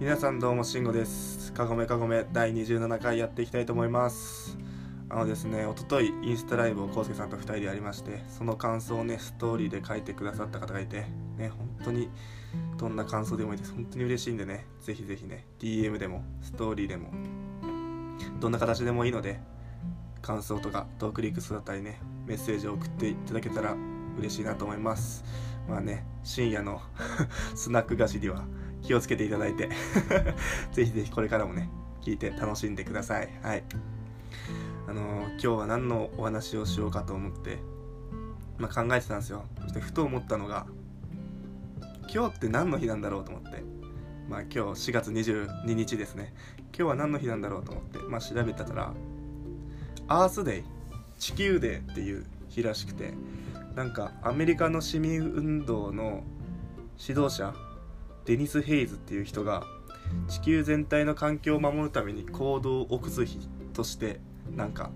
皆さんどうもしんごです。かごめ第27回やっていきたいと思います。ですね、一昨日インスタライブをコウスケさんと2人でやりまして、その感想をねストーリーで書いてくださった方がいてね、本当にどんな感想でもいいです。本当に嬉しいんでね、ぜひぜひね DM でもストーリーでもどんな形でもいいので、感想とかトークリクエストだったりね、メッセージを送っていただけたら嬉しいなと思います。深夜のスナック菓子には気をつけていただいてぜひぜひこれからもね聞いて楽しんでください。はい。今日は何のお話をしようかと思って、考えてたんですよ。そしてふと思ったのが、今日って何の日なんだろうと思って、今日4月22日ですね。今日は何の日なんだろうと思って、調べたらアースデイ、地球デーっていう日らしくて、アメリカの市民運動の指導者デニス・ヘイズっていう人が地球全体の環境を守るために行動を起こす日として今日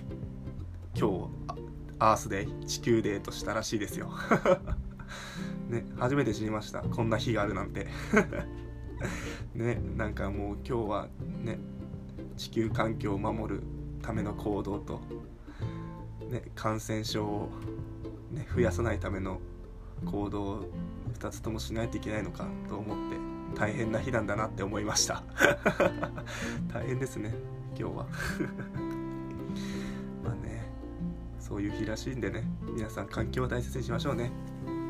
アースデイ、地球デーとしたらしいですよね、初めて知りました。こんな日があるなんてね、もう今日はね、地球環境を守るための行動と、ね、感染症を、ね、増やさないための行動を2つともしないといけないのかと思って、大変な日なんだなって思いました大変ですね今日はそういう日らしいんでね、皆さん環境を大切にしましょうね。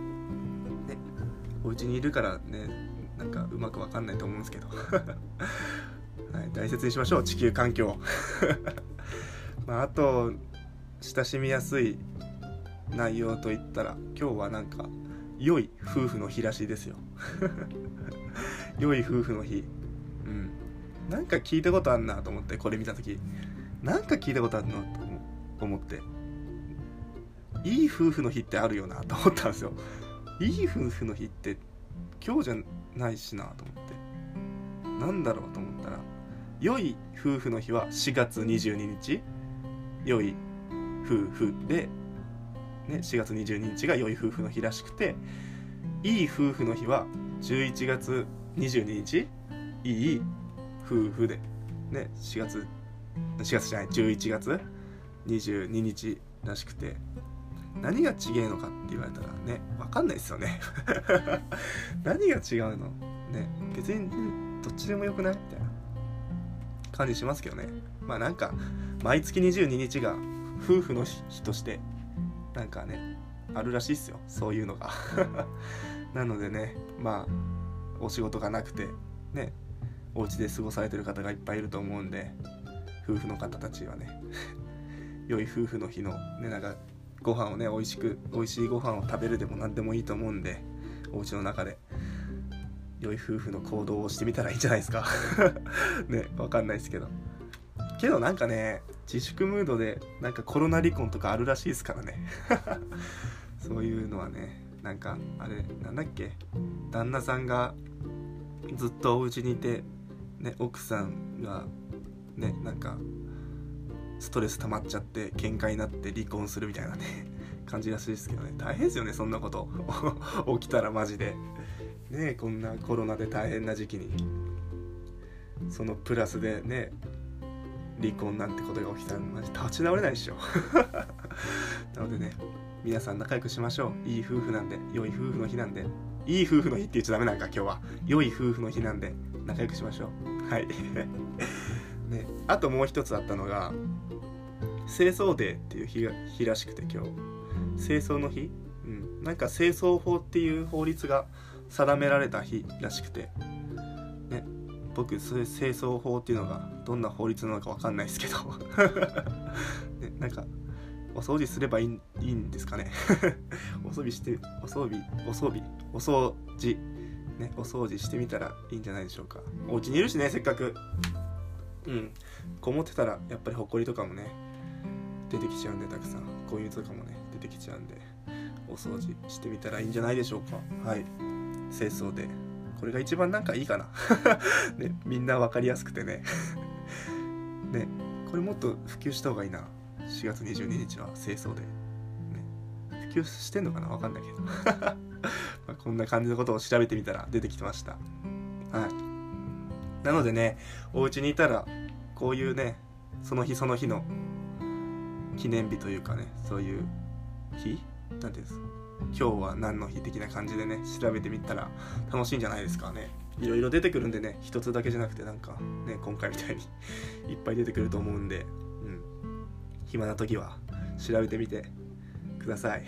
お家にいるからね、うまくわかんないと思うんですけどはい、大切にしましょう、地球環境あと親しみやすい内容といったら、今日は良い夫婦の日らしいですよ良い夫婦の日、聞いたことあんなと思って、これ見たとき聞いたことあるのと思って、いい夫婦の日ってあるよなと思ったんですよ。いい夫婦の日って今日じゃないしなと思って、なんだろうと思ったら、良い夫婦の日は4月22日良い夫婦で、4月22日が良い夫婦の日らしくて、いい夫婦の日は11月22日いい夫婦で、11月22日らしくて、何が違うのかって言われたらね、分かんないですよね何が違うのね、別にどっちでもよくないみたいな感じしますけどね。毎月22日が夫婦の日としてあるらしいっすよ、そういうのがなのでね、お仕事がなくてね、お家で過ごされてる方がいっぱいいると思うんで、夫婦の方たちはね良い夫婦の日のご飯をね、美味しいご飯を食べるでも何でもいいと思うんで、お家の中で良い夫婦の行動をしてみたらいいんじゃないですかね、わかんないですけど自粛ムードでコロナ離婚とかあるらしいですからねそういうのはね、あれなんだっけ、旦那さんがずっとお家にいて、奥さんがねストレス溜まっちゃって喧嘩になって離婚するみたいなね感じらしいですけどね。大変ですよね、そんなこと起きたらマジでね。こんなコロナで大変な時期にそのプラスでね、離婚なんてことが起きたらマジ立ち直れないでしょなのでね、皆さん仲良くしましょう。いい夫婦なんで、良い夫婦の日なんで、いい夫婦の日って言っちゃダメなんか、今日は良い夫婦の日なんで仲良くしましょう。はいね、あともう一つあったのが清掃デーっていう日らしくて、今日清掃の日、清掃法っていう法律が定められた日らしくてね、僕そういう清掃法っていうのがどんな法律なのか分かんないですけどね、お掃除すればいいんですかねお掃除してみたらいいんじゃないでしょうか。お家にいるしね、せっかくこもってたらやっぱりホコリとかもね出てきちゃうんで、たくさんこういうとかもね出てきちゃうんで、お掃除してみたらいいんじゃないでしょうか。はい、清掃でこれが一番いいかなね、みんな分かりやすくてねね、これもっと普及した方がいいな。4月22日は清掃で、普及してんのかな、分かんないけどこんな感じのことを調べてみたら出てきてました。はい。 なのでね、お家にいたらこういうね、その日その日の記念日というかね、そういう日なんていうんですか、今日は何の日的な感じでね、調べてみたら楽しいんじゃないですかね。いろいろ出てくるんでね、一つだけじゃなくてなんかね、今回みたいにいっぱい出てくると思うんで、暇な時は調べてみてください。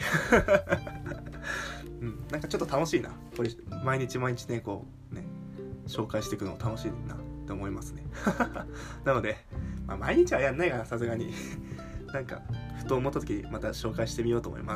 なんかちょっと楽しいな、これ毎日毎日ね、こうね、紹介していくの楽しいなって思いますね。なので、毎日はやんないかな、さすがに。なんかふと思った時また紹介してみようと思います。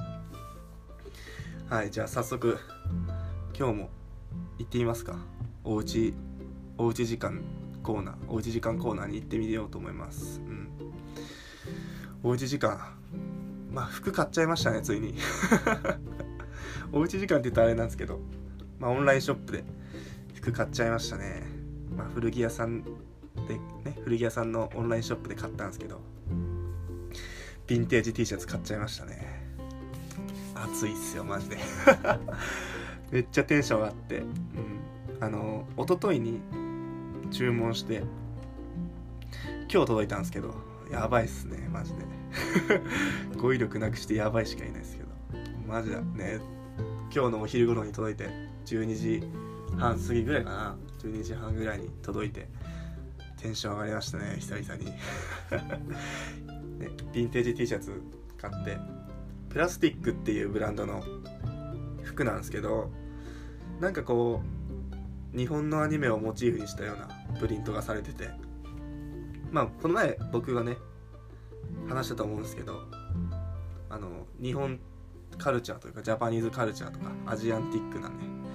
はい、じゃあ早速今日も行ってみますか。おうち時間コーナーに行ってみようと思います。おうち時間、服買っちゃいましたね、ついに。おうち時間って言ったらあれなんですけど、オンラインショップで服買っちゃいましたね。古着屋さんのオンラインショップで買ったんですけど、ヴィンテージ T シャツ買っちゃいましたね。暑いっすよマジで。めっちゃテンション上がって、一昨日に注文して今日届いたんですけど、やばいっすねマジで。語彙力なくしてやばいしかいないですけど、マジだね。今日のお昼頃に届いて、12時半過ぎぐらいかな、12時半ぐらいに届いてテンション上がりましたね、久々に。ね、ヴィンテージ T シャツ買って、プラスティックっていうブランドの服なんですけど、なんかこう日本のアニメをモチーフにしたようなプリントがされてて、この前僕がね話したと思うんですけど、日本カルチャーというかジャパニーズカルチャーとかアジアンティックなね、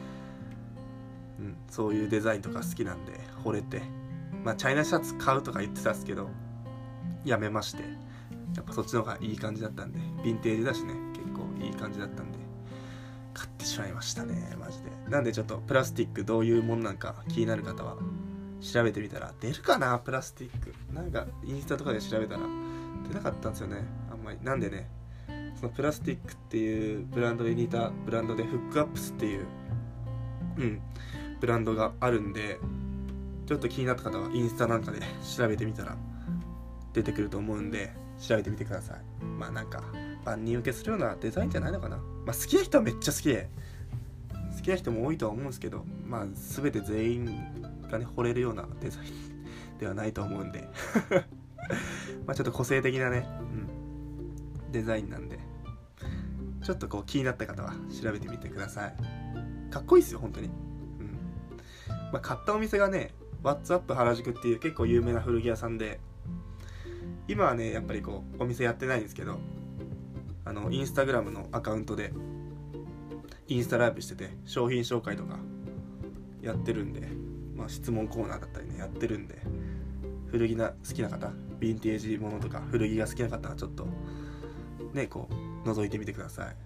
そういうデザインとか好きなんで惚れて、チャイナシャツ買うとか言ってたんですけどやめまして、やっぱそっちの方がいい感じだったんで、ヴィンテージだしね、結構いい感じだったんで買ってしまいましたねマジで。なんでちょっとプラスティックどういうもんなんか気になる方は調べてみたら出るかな。プラスティックなんかインスタとかで調べたら出なかったんですよね、あんまり。なんでね、そのプラスティックっていうブランドで似たブランドでフックアップスっていうブランドがあるんで、ちょっと気になった方はインスタなんかで調べてみたら出てくると思うんで調べてみてください。なんか万人受けするようなデザインじゃないのかな。好きな人はめっちゃ好きな人も多いとは思うんですけど、全て全員がね惚れるようなデザインではないと思うんでちょっと個性的なね、デザインなんで、ちょっとこう気になった方は調べてみてください。かっこいいっすよ本当に。買ったお店がね、ワッツアップ原宿っていう結構有名な古着屋さんで、今はねやっぱりこうお店やってないんですけど、インスタグラムのアカウントでインスタライブしてて商品紹介とかやってるんで、質問コーナーだったりねやってるんで、古着好きな方、ヴィンテージものとか古着が好きな方はちょっとねこう覗いてみてください。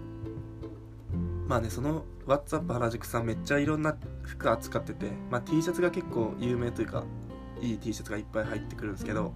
そのワッツアップ原宿さんめっちゃいろんな服扱ってて、T シャツが結構有名というかいい T シャツがいっぱい入ってくるんですけど、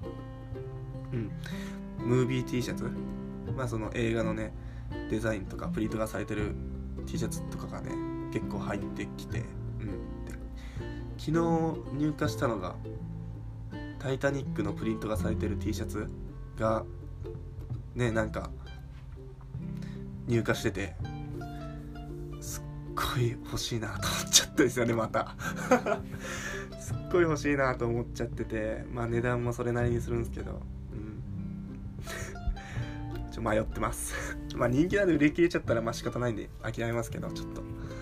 ムービー T シャツ、その映画のねデザインとかプリントがされてる T シャツとかがね結構入ってきて、で昨日入荷したのがタイタニックのプリントがされてる T シャツがねなんか入荷してて、すっごい欲しいなと思っちゃったんですよね。またすっごい欲しいなと思っちゃってて、値段もそれなりにするんですけど、迷ってます。人気なんで売り切れちゃったら仕方ないんで諦めますけど、ちょっと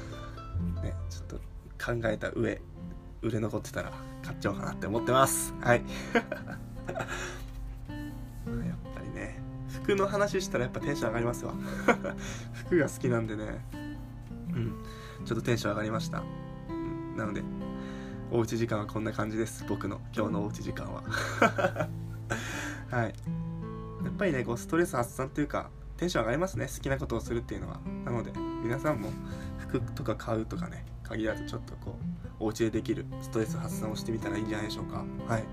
考えた上売れ残ってたら買っちゃおうかなって思ってます。やっぱりね服の話したらやっぱテンション上がりますわ。服が好きなんでね、ちょっとテンション上がりました。なのでおうち時間はこんな感じです。僕の今日のおうち時間は。やっぱりねこうストレス発散というかテンション上がりますね、好きなことをするっていうのは。なので皆さんも服とか買うとかね限らず、ちょっとこうお家でできるストレス発散をしてみたらいいんじゃないでしょうか。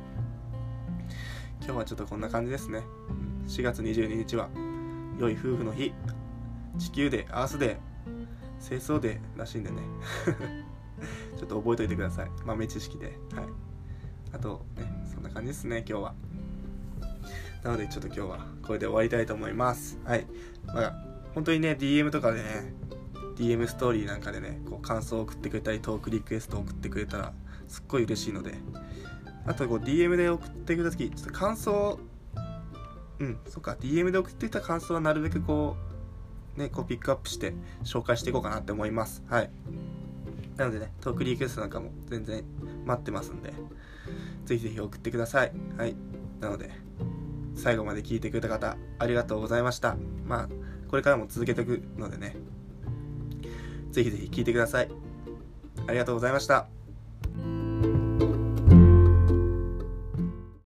今日はちょっとこんな感じですね。4月22日は良い夫婦の日、地球デー、アースデー、清掃デーらしいんでねちょちょっと覚えておいてください。豆知識で。はい。あとね、そんな感じですね、今日は。なのでちょっと今日はこれで終わりたいと思います。はい。本当にね、DM とかでね、DM ストーリーなんかでね、こう感想を送ってくれたり、トークリクエストを送ってくれたらすっごい嬉しいので、あとDM で送ってくれた時、ちょっと感想、DM で送ってきた感想はなるべくこうピックアップして紹介していこうかなって思います。はい。なのでね、トークリクエストなんかも全然待ってますんで、ぜひぜひ送ってください。はい。なので、最後まで聞いてくれた方、ありがとうございました。これからも続けていくのでね、ぜひぜひ聞いてください。ありがとうございました。